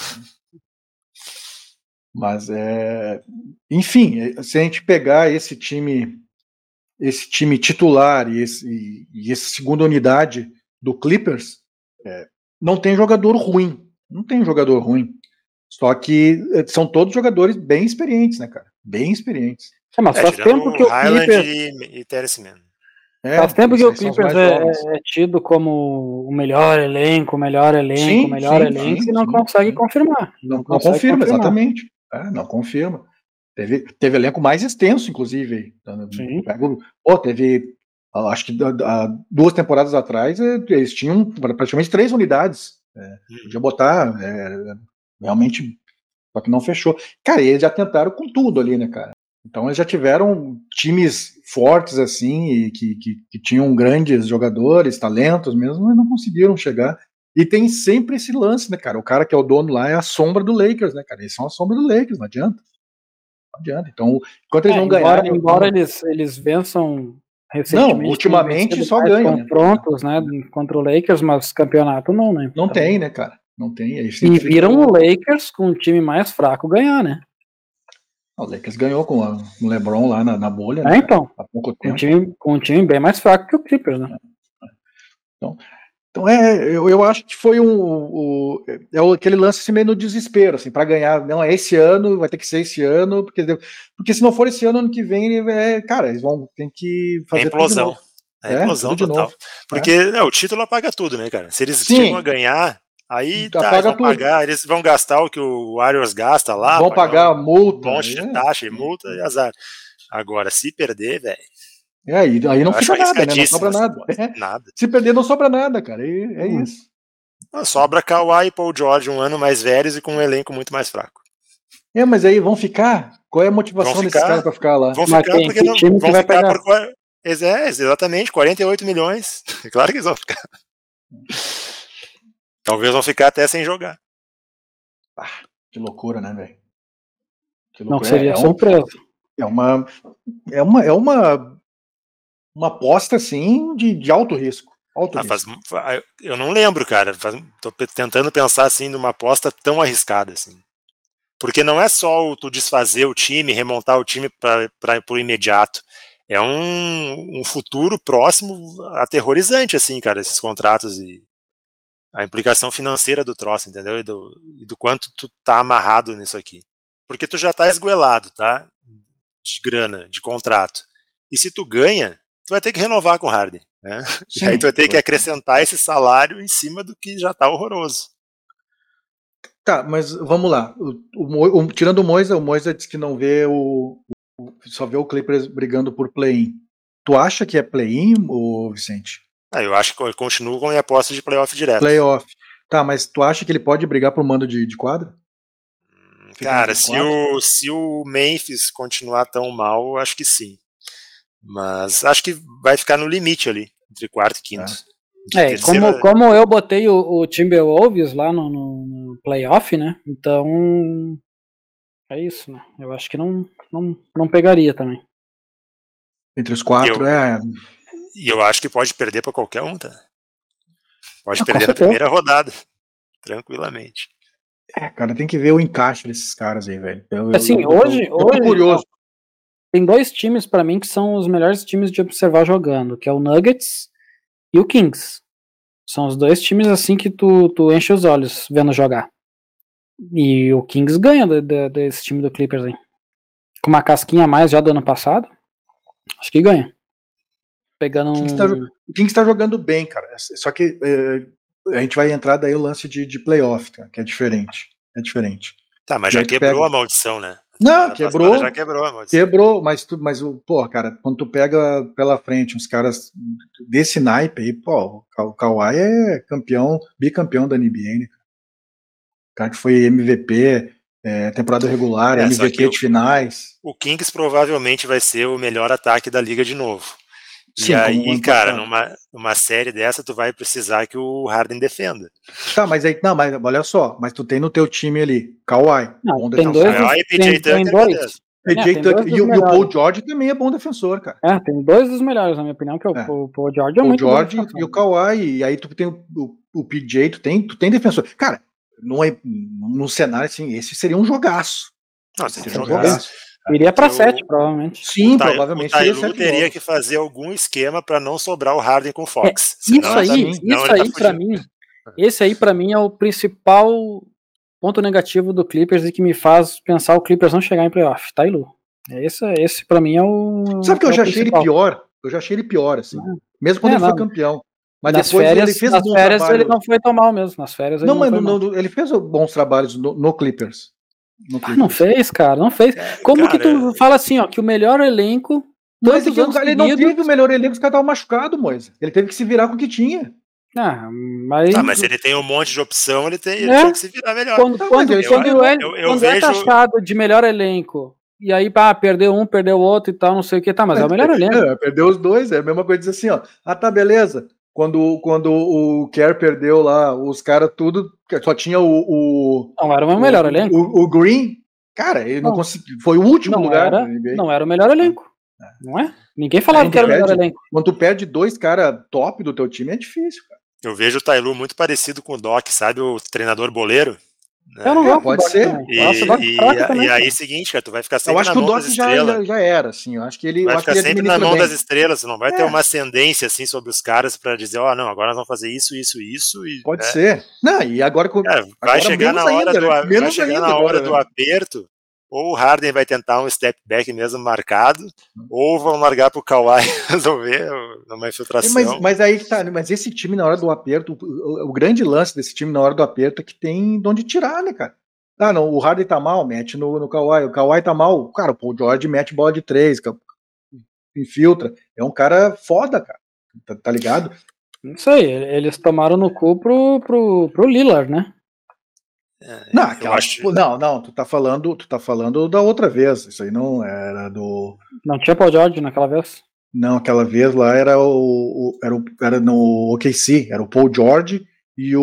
Mas enfim, se a gente pegar esse time titular e essa segunda unidade do Clippers, não tem jogador ruim. Não tem jogador ruim. Só que são todos jogadores bem experientes, né, cara? Bem experientes. Mas faz tempo que o Clippers... e Terence Mann. Faz tempo que o Clippers é tido como o melhor elenco, e não consegue confirmar. Não confirma, exatamente. Não confirma. Teve elenco mais extenso, inclusive. Teve, acho que 2 temporadas atrás, eles tinham praticamente 3 unidades. Podia botar, realmente, só que não fechou. Cara, eles já tentaram com tudo ali, né, cara? Então eles já tiveram times fortes, assim, e que tinham grandes jogadores, talentos mesmo, mas não conseguiram chegar. E tem sempre esse lance, né, cara? O cara que é o dono lá é a sombra do Lakers, né, cara? Eles são a sombra do Lakers, não adianta. Não adianta. Então, enquanto eles não ganharem... Embora eles vençam recentemente... Não, ultimamente só ganham. Confrontos, né, contra o Lakers, mas campeonato não, né? Não tem, né, cara? Não tem. E viram o Lakers com um time mais fraco ganhar, né? O Lakers ganhou com o LeBron lá na bolha, né? Então, há pouco tempo. Com um time bem mais fraco que o Clippers, né? Então eu acho que foi aquele lance assim, meio no desespero, assim, para ganhar. Não, é esse ano, vai ter que ser esse ano, porque se não for esse ano que vem, cara, eles vão ter que fazer implosão. Implosão total. Porque o título apaga tudo, né, cara? Se eles chegam a ganhar, aí eles vão gastar o que o Warriors gasta lá. Vão pagar a multa. Um monte de taxa e multa e azar. Agora, se perder, velho. Aí não fica nada, né? Não sobra nada. Nada. Se perder, não sobra nada, cara. É isso. Sobra Kawhi e Paul George um ano mais velhos e com um elenco muito mais fraco. Mas aí vão ficar? Qual é a motivação desses caras pra ficar lá? Vão ficar porque não vão ficar por... exatamente, 48 milhões. Claro que eles vão ficar. Talvez vão ficar até sem jogar. Que loucura, né, velho? Não seria surpresa. É uma aposta, assim, de alto risco. Eu não lembro, cara. Tô tentando pensar, assim, numa aposta tão arriscada, assim. Porque não é só tu desfazer o time, remontar o time para o imediato. É um futuro próximo aterrorizante, assim, cara, esses contratos e a implicação financeira do troço, entendeu? E do quanto tu tá amarrado nisso aqui. Porque tu já tá esgoelado, tá? De grana, de contrato. E se tu ganha, tu vai ter que renovar com o Harden, né? Sim, e aí tu vai ter que acrescentar esse salário em cima do que já tá horroroso. Tá, mas vamos lá. Tirando o Moisa disse que não vê só vê o Clippers brigando por play-in. Tu acha que é play-in, Vicente? Eu acho que eu continuo com a minha aposta de playoff direto. Playoff. Tá, mas tu acha que ele pode brigar por mando de quadra? Cara, se o Memphis continuar tão mal, eu acho que sim. Mas acho que vai ficar no limite ali, entre quarto e quinto. Como eu botei o Timberwolves lá no playoff, né? Então é isso, né? Eu acho que não pegaria também. Entre os quatro, E eu acho que pode perder pra qualquer um, tá? Pode perder na primeira rodada, tranquilamente. Cara, tem que ver o encaixe desses caras aí, velho. Hoje tô curioso. Tem dois times pra mim que são os melhores times de observar jogando, que é o Nuggets e o Kings. São os dois times assim que tu enche os olhos vendo jogar. E o Kings ganha desse time do Clippers aí. Com uma casquinha a mais já do ano passado, acho que ganha. Pegando o Kings tá jogando bem, cara. Só que a gente vai entrar daí o lance de playoff, cara, que é diferente. Tá, mas já quebrou a maldição, né? Não, quebrou. Já quebrou a maldição. Quebrou, mas cara, quando tu pega pela frente uns caras desse naipe aí, o Kawhi é bicampeão da NBA, né? O cara que foi MVP, temporada regular, MVP de finais. O Kings provavelmente vai ser o melhor ataque da liga de novo. Sim, e aí, cara, numa série dessa, tu vai precisar que o Harden defenda. Tá, mas olha só, mas tu tem no teu time ali, Kawhi, bom defensor. Tem dois. E o Paul George também é bom defensor, cara. Tem dois dos melhores, na minha opinião, que o Paul George é muito bom. O George e o Kawhi, e aí tu tem o PJ, tu tem defensor. Cara, num cenário assim, esse seria um jogaço. Seria um jogaço. Iria pra 7, provavelmente. Sim, provavelmente. O Tyloo teria que fazer algum esquema pra não sobrar o Harden com o Fox. Esse aí pra mim é o principal ponto negativo do Clippers e que me faz pensar o Clippers não chegar em playoff. Tyloo. Esse pra mim é o... Sabe que eu já achei ele pior? Eu já achei ele pior, assim. Mesmo quando ele foi campeão. Mas nas depois férias, ele fez bons trabalhos. Ele não foi tão mal mesmo. Nas férias ele ele fez bons trabalhos no Clippers. Não fez, cara, não fez. Como que tu fala assim, ó, que o melhor elenco... Mas ele não teve o melhor elenco, os caras estavam machucados, Moisa. Ele teve que se virar com o que tinha. Mas se ele tem um monte de opção, ele tinha que se virar melhor. Quando é taxado de melhor elenco, e aí, perdeu um, perdeu o outro e tal, não sei o que, mas é o melhor elenco. Perdeu os dois, é a mesma coisa, dizer assim, ó, beleza. Quando o Kerr perdeu lá, os caras tudo, só tinha Não era o melhor elenco. O Green, cara, ele não conseguiu, foi o último lugar. Não era o melhor elenco. Não é? Ninguém falava que era o melhor elenco. Quando tu perde dois caras top do teu time, é difícil, cara. Eu vejo o Tyloo muito parecido com o Doc, sabe? O treinador boleiro. Eu não gosto pode ser. E aí, seguinte, cara, tu vai ficar sempre na mão das estrelas. Eu acho que o Doc já era, assim. Eu acho que ele vai ficar sempre na mão das estrelas. Tu não vai ter uma ascendência, assim, sobre os caras pra dizer, não, agora nós vamos fazer isso. Pode ser. Não, e agora... vai chegar na hora do aperto, ou o Harden vai tentar um step back mesmo marcado, ou vão largar pro Kawhi resolver numa infiltração. Mas aí tá, mas esse time na hora do aperto, o grande lance desse time na hora do aperto é que tem de onde tirar, né, cara? Não, o Harden tá mal, mete no Kawhi, o Kawhi tá mal, cara, o Paul George mete bola de 3, infiltra, é um cara foda, cara, tá ligado? Não sei, eles tomaram no cu pro Lillard, né? Não, tu tá falando da outra vez. Isso aí não era do. Não tinha Paul George naquela vez? Não, aquela vez lá era era no OKC, era o Paul George e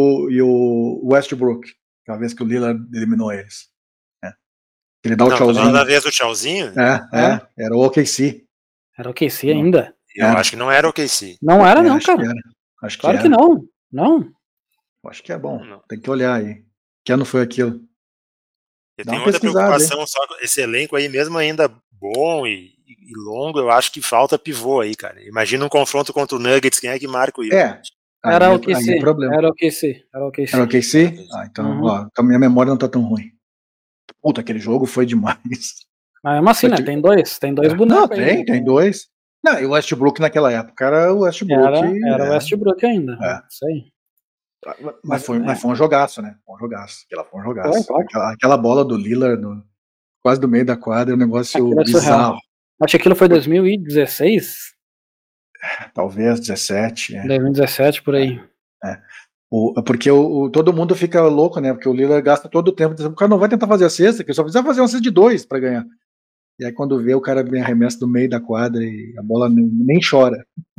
o Westbrook, aquela vez que o Lillard eliminou eles. Ele dá o tchauzinho. Na vez do tchauzinho? Era o OKC. Era o OKC ainda? Eu acho que não era o OKC. Não era não, cara. Acho claro que não. Não. Acho que é bom. Tem que olhar aí. Que ano foi aquilo? Eu tenho outra preocupação, só esse elenco aí, mesmo ainda bom e longo, eu acho que falta pivô aí, cara. Imagina um confronto contra o Nuggets, quem é que marca o Jokic? Era o OKC. Era o OKC? Então, ó, a minha memória não tá tão ruim. Puta, aquele jogo foi demais. Mas mesmo assim, né? Tem dois bonecos. Não, tem dois. Não, e o Westbrook naquela época era o Westbrook. Era o Westbrook ainda. Isso aí. Mas foi um jogaço, né? Foi um jogaço. Aquela bola do Lillard quase do meio da quadra, é um negócio bizarro. Acho que aquilo foi 2016? Talvez 17. 2017, por aí. Porque todo mundo fica louco, né? Porque o Lillard gasta todo o tempo. O cara não vai tentar fazer a cesta, que ele só precisa fazer uma cesta de 2 para ganhar. E aí quando vê, o cara vem arremessa do meio da quadra e a bola nem chora.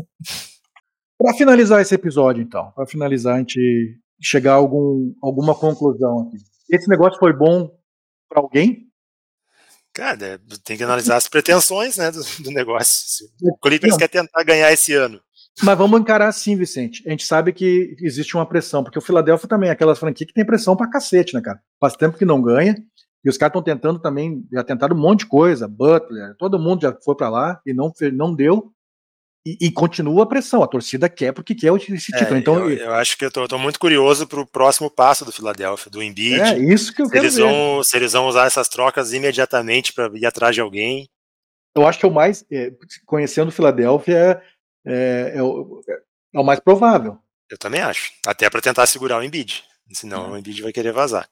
Para finalizar esse episódio, então, para finalizar, a gente chegar a alguma conclusão aqui. Esse negócio foi bom para alguém? Cara, tem que analisar as pretensões, né, do negócio. O Clippers quer tentar ganhar esse ano. Mas vamos encarar assim, Vicente. A gente sabe que existe uma pressão, porque o Philadelphia também é aquelas franquias que tem pressão pra cacete, né, cara? Faz tempo que não ganha, e os caras estão tentando também, já tentaram um monte de coisa, Butler, todo mundo já foi pra lá e não deu. E continua a pressão, a torcida quer porque quer esse título. Então, eu acho que eu tô muito curioso pro próximo passo do Philadelphia, do Embiid. É isso que eu quero ver. Se eles vão usar essas trocas imediatamente para ir atrás de alguém. Eu acho que é o mais, conhecendo o Philadelphia, é o mais provável. Eu também acho. Até para tentar segurar o Embiid. Senão o Embiid vai querer vazar.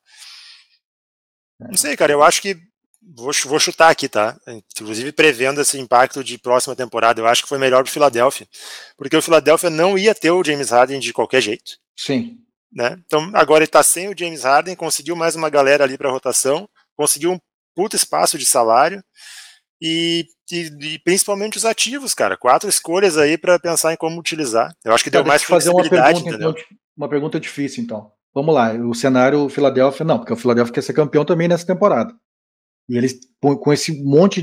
Não sei, cara, eu acho que vou chutar aqui, tá? Inclusive prevendo esse impacto de próxima temporada, eu acho que foi melhor pro Philadelphia, porque o Philadelphia não ia ter o James Harden de qualquer jeito. Sim. Né? Então agora ele tá sem o James Harden, conseguiu mais uma galera ali pra rotação, conseguiu um puto espaço de salário e principalmente os ativos, cara. 4 escolhas aí pra pensar em como utilizar. Eu acho que deu mais flexibilidade, entendeu? Uma pergunta difícil, então. Vamos lá, o cenário Philadelphia, não, porque o Philadelphia quer ser campeão também nessa temporada. E eles, com esse monte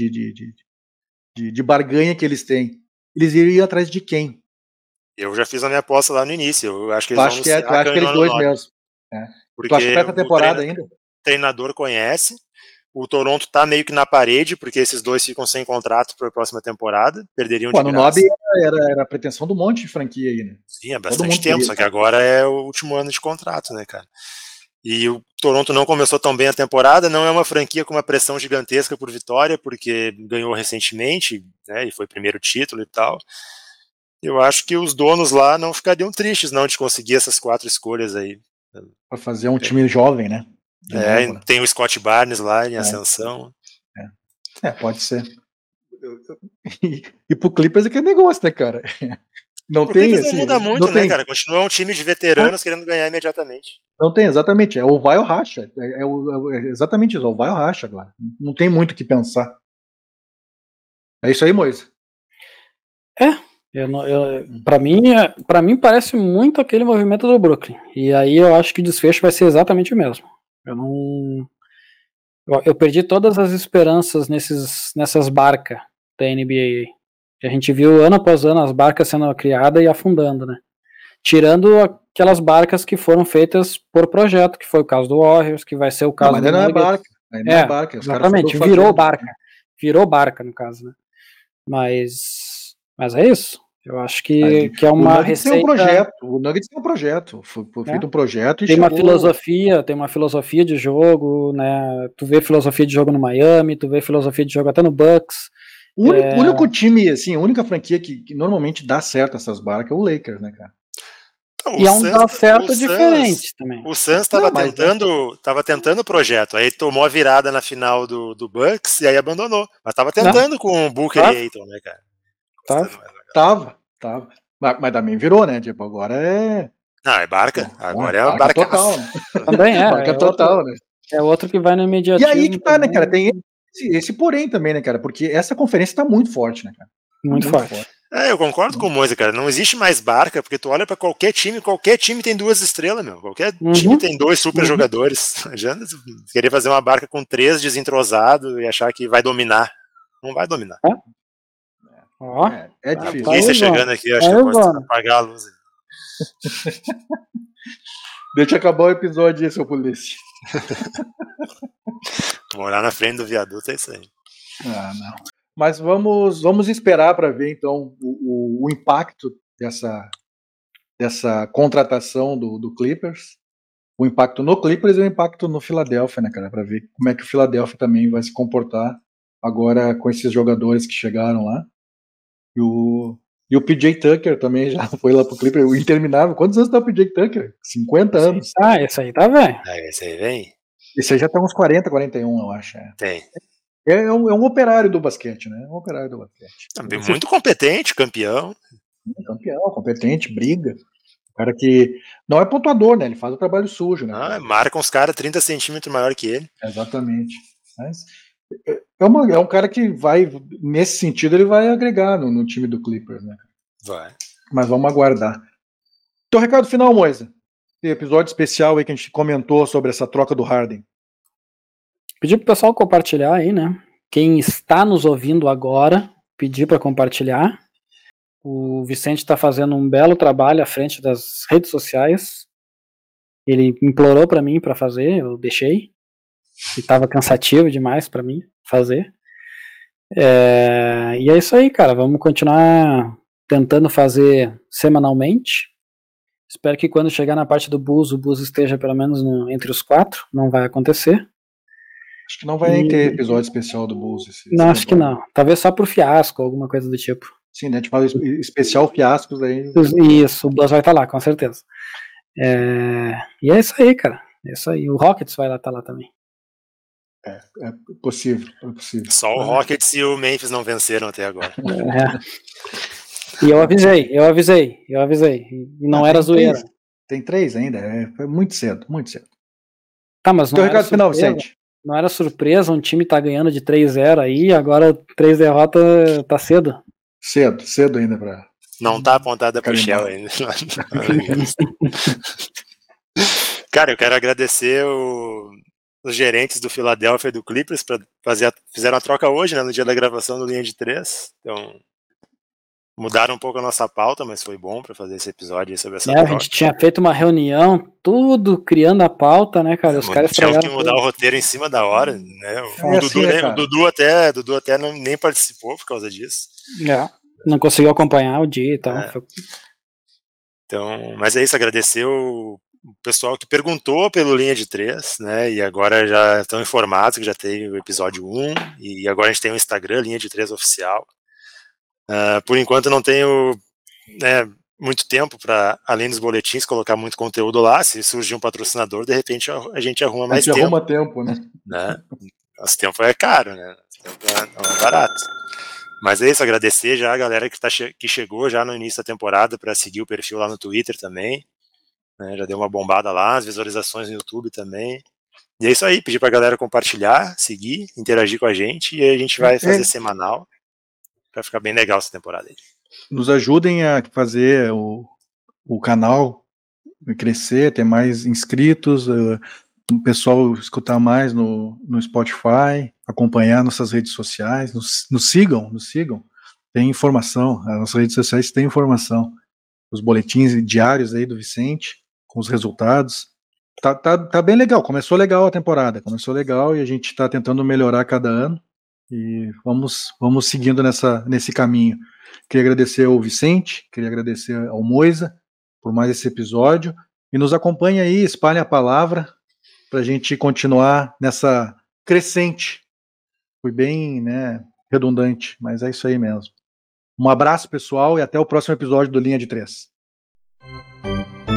de barganha que eles têm, eles iriam ir atrás de quem? Eu já fiz a minha aposta lá no início. Eu acho que eles vão anunciar quem no ano 9. Mesmo. Porque tu acha que pra essa temporada ainda? O treinador conhece. O Toronto tá meio que na parede, porque esses dois ficam sem contrato para a próxima temporada. Perderiam de graça. No Nob era a pretensão do monte de franquia aí, né? Sim, há bastante tempo, só que agora é o último ano de contrato, né, cara? E o Toronto não começou tão bem a temporada, não é uma franquia com uma pressão gigantesca por vitória, porque ganhou recentemente, né, e foi primeiro título e tal. Eu acho que os donos lá não ficariam tristes não de conseguir essas 4 escolhas aí. Para fazer um time jovem, né? Novo, né? Tem o Scott Barnes lá em ascensão. Pode ser. E pro Clippers é que é negócio, né, cara? Não tem assim, não muda muito, né, cara? Continua um time de veteranos querendo ganhar imediatamente. Não tem, exatamente. É o vai ou racha. Exatamente isso, é o vai ou racha agora. Não tem muito o que pensar. É isso aí, Moisés? Pra mim parece muito aquele movimento do Brooklyn. E aí eu acho que o desfecho vai ser exatamente o mesmo. Eu perdi todas as esperanças nessas barcas da NBA. A gente viu ano após ano as barcas sendo criadas e afundando, né? Tirando aquelas barcas que foram feitas por projeto, que foi o caso do Warriors, que vai ser o caso do não é barca. Não é barca. Exatamente, virou barca. Virou barca, no caso, né? Mas é isso. Eu acho que é uma receita... O Nuggets tem um projeto. Foi feito um projeto e tem uma filosofia de jogo, né? Tu vê filosofia de jogo no Miami, tu vê filosofia de jogo até no Bucks. O único time, assim, a única franquia que normalmente dá certo essas barcas é o Lakers, né, cara? E é um dá certo diferente também. O Suns estava tentando o projeto, aí tomou a virada na final do Bucks e aí abandonou. Mas estava tentando com o Booker e Ayton, né, cara? Tava. Mas também virou, né? Tipo, agora é. Não, é barca. Agora é a barca total. Né? Também é. Barca total, outro, né? É outro que vai no imediatismo. E aí que tá, né, cara? Tem esse porém também, né, cara? Porque essa conferência tá muito forte, né, cara? Muito forte. Eu concordo com o Moisa, cara. Não existe mais barca, porque tu olha pra qualquer time tem 2 estrelas, meu. Qualquer time tem 2 super jogadores. Já querer fazer uma barca com 3 desentrosados e achar que vai dominar. Não vai dominar. É difícil. A polícia chegando aqui, eu acho que eu posso apagar a luz. Deixa acabar o episódio aí, seu polícia. Morar na frente do viaduto é isso aí. Não. Mas vamos esperar para ver, então, o impacto dessa contratação do Clippers. O impacto no Clippers e o impacto no Philadelphia, né, cara? Para ver como é que o Philadelphia também vai se comportar agora com esses jogadores que chegaram lá. E o PJ Tucker também já foi lá pro Clippers, o interminável. Quantos anos tá o PJ Tucker? 50 anos. Esse aí tá velho. Esse aí vem. Esse aí já tá uns 40, 41, eu acho. Tem. É um operário do basquete, né? Um operário do basquete. Também muito competente, campeão. Campeão, competente, briga. O cara que não é pontuador, né? Ele faz o trabalho sujo, né? Marca uns caras 30 centímetros maior que ele. Exatamente. Mas é um cara que vai, nesse sentido, ele vai agregar no time do Clippers, né? Vai. Mas vamos aguardar. Teu recado final, Moisa. Episódio especial aí que a gente comentou sobre essa troca do Harden. Pedir pro pessoal compartilhar aí, né? Quem está nos ouvindo agora, pedir para compartilhar. O Vicente está fazendo um belo trabalho à frente das redes sociais. Ele implorou para mim para fazer, eu deixei. E estava cansativo demais para mim fazer. E é isso aí, cara. Vamos continuar tentando fazer semanalmente. Espero que quando chegar na parte do Bulls, o Bulls esteja pelo menos entre os 4. Não vai acontecer. Acho que não vai nem ter episódio especial do Bulls. Não, acho que não. Talvez só pro fiasco, alguma coisa do tipo. Sim, né? Tipo, especial fiascos aí. Isso, o Bulls vai estar lá, com certeza. E é isso aí, cara. É isso aí. O Rockets vai estar lá também. É possível, Só o Rockets e o Memphis não venceram até agora. E eu avisei. E não era zoeira. Tem 3 ainda, é muito cedo, muito cedo. Tá, mas não Teu recado final, Vicente. Não era surpresa, um time tá ganhando de 3-0 aí, agora 3 derrotas tá cedo. Cedo ainda pra... Não tá apontada pro Shell ainda. Cara, eu quero agradecer os gerentes do Philadelphia e do Clippers fizeram a troca hoje, né, no dia da gravação do Linha de 3. Então, mudaram um pouco a nossa pauta, mas foi bom para fazer esse episódio aí sobre essa troca. A gente tinha feito uma reunião, tudo criando a pauta, né, cara? Os caras tinham que mudar o roteiro em cima da hora, né? O Dudu até nem participou por causa disso. Não conseguiu acompanhar o dia e tal. Então, mas é isso, agradecer o pessoal que perguntou pelo Linha de 3, né, e agora já estão informados que já tem o episódio 1, e agora a gente tem o Instagram, Linha de 3 Oficial. Por enquanto não tenho muito tempo para, além dos boletins, colocar muito conteúdo lá. Se surgir um patrocinador, de repente a gente arruma mais tempo. Arruma tempo, né? Nosso tempo é caro, né? Nosso tempo não é barato. Mas é isso, agradecer já a galera que chegou já no início da temporada para seguir o perfil lá no Twitter também. Né, já deu uma bombada lá, as visualizações no YouTube também. E é isso aí, pedir pra galera compartilhar, seguir, interagir com a gente, e a gente vai fazer semanal pra ficar bem legal essa temporada aí. Nos ajudem a fazer o canal crescer, ter mais inscritos, o pessoal escutar mais no Spotify, acompanhar nossas redes sociais, nos sigam. Tem informação, as nossas redes sociais têm informação. Os boletins diários aí do Vicente, com os resultados. Tá bem legal, começou legal a temporada, e a gente tá tentando melhorar cada ano, e vamos seguindo nesse caminho. Queria agradecer ao Vicente, queria agradecer ao Moisa por mais esse episódio, e nos acompanhe aí, espalhe a palavra, pra gente continuar nessa crescente. Fui bem, redundante, mas é isso aí mesmo. Um abraço, pessoal, e até o próximo episódio do Linha de 3.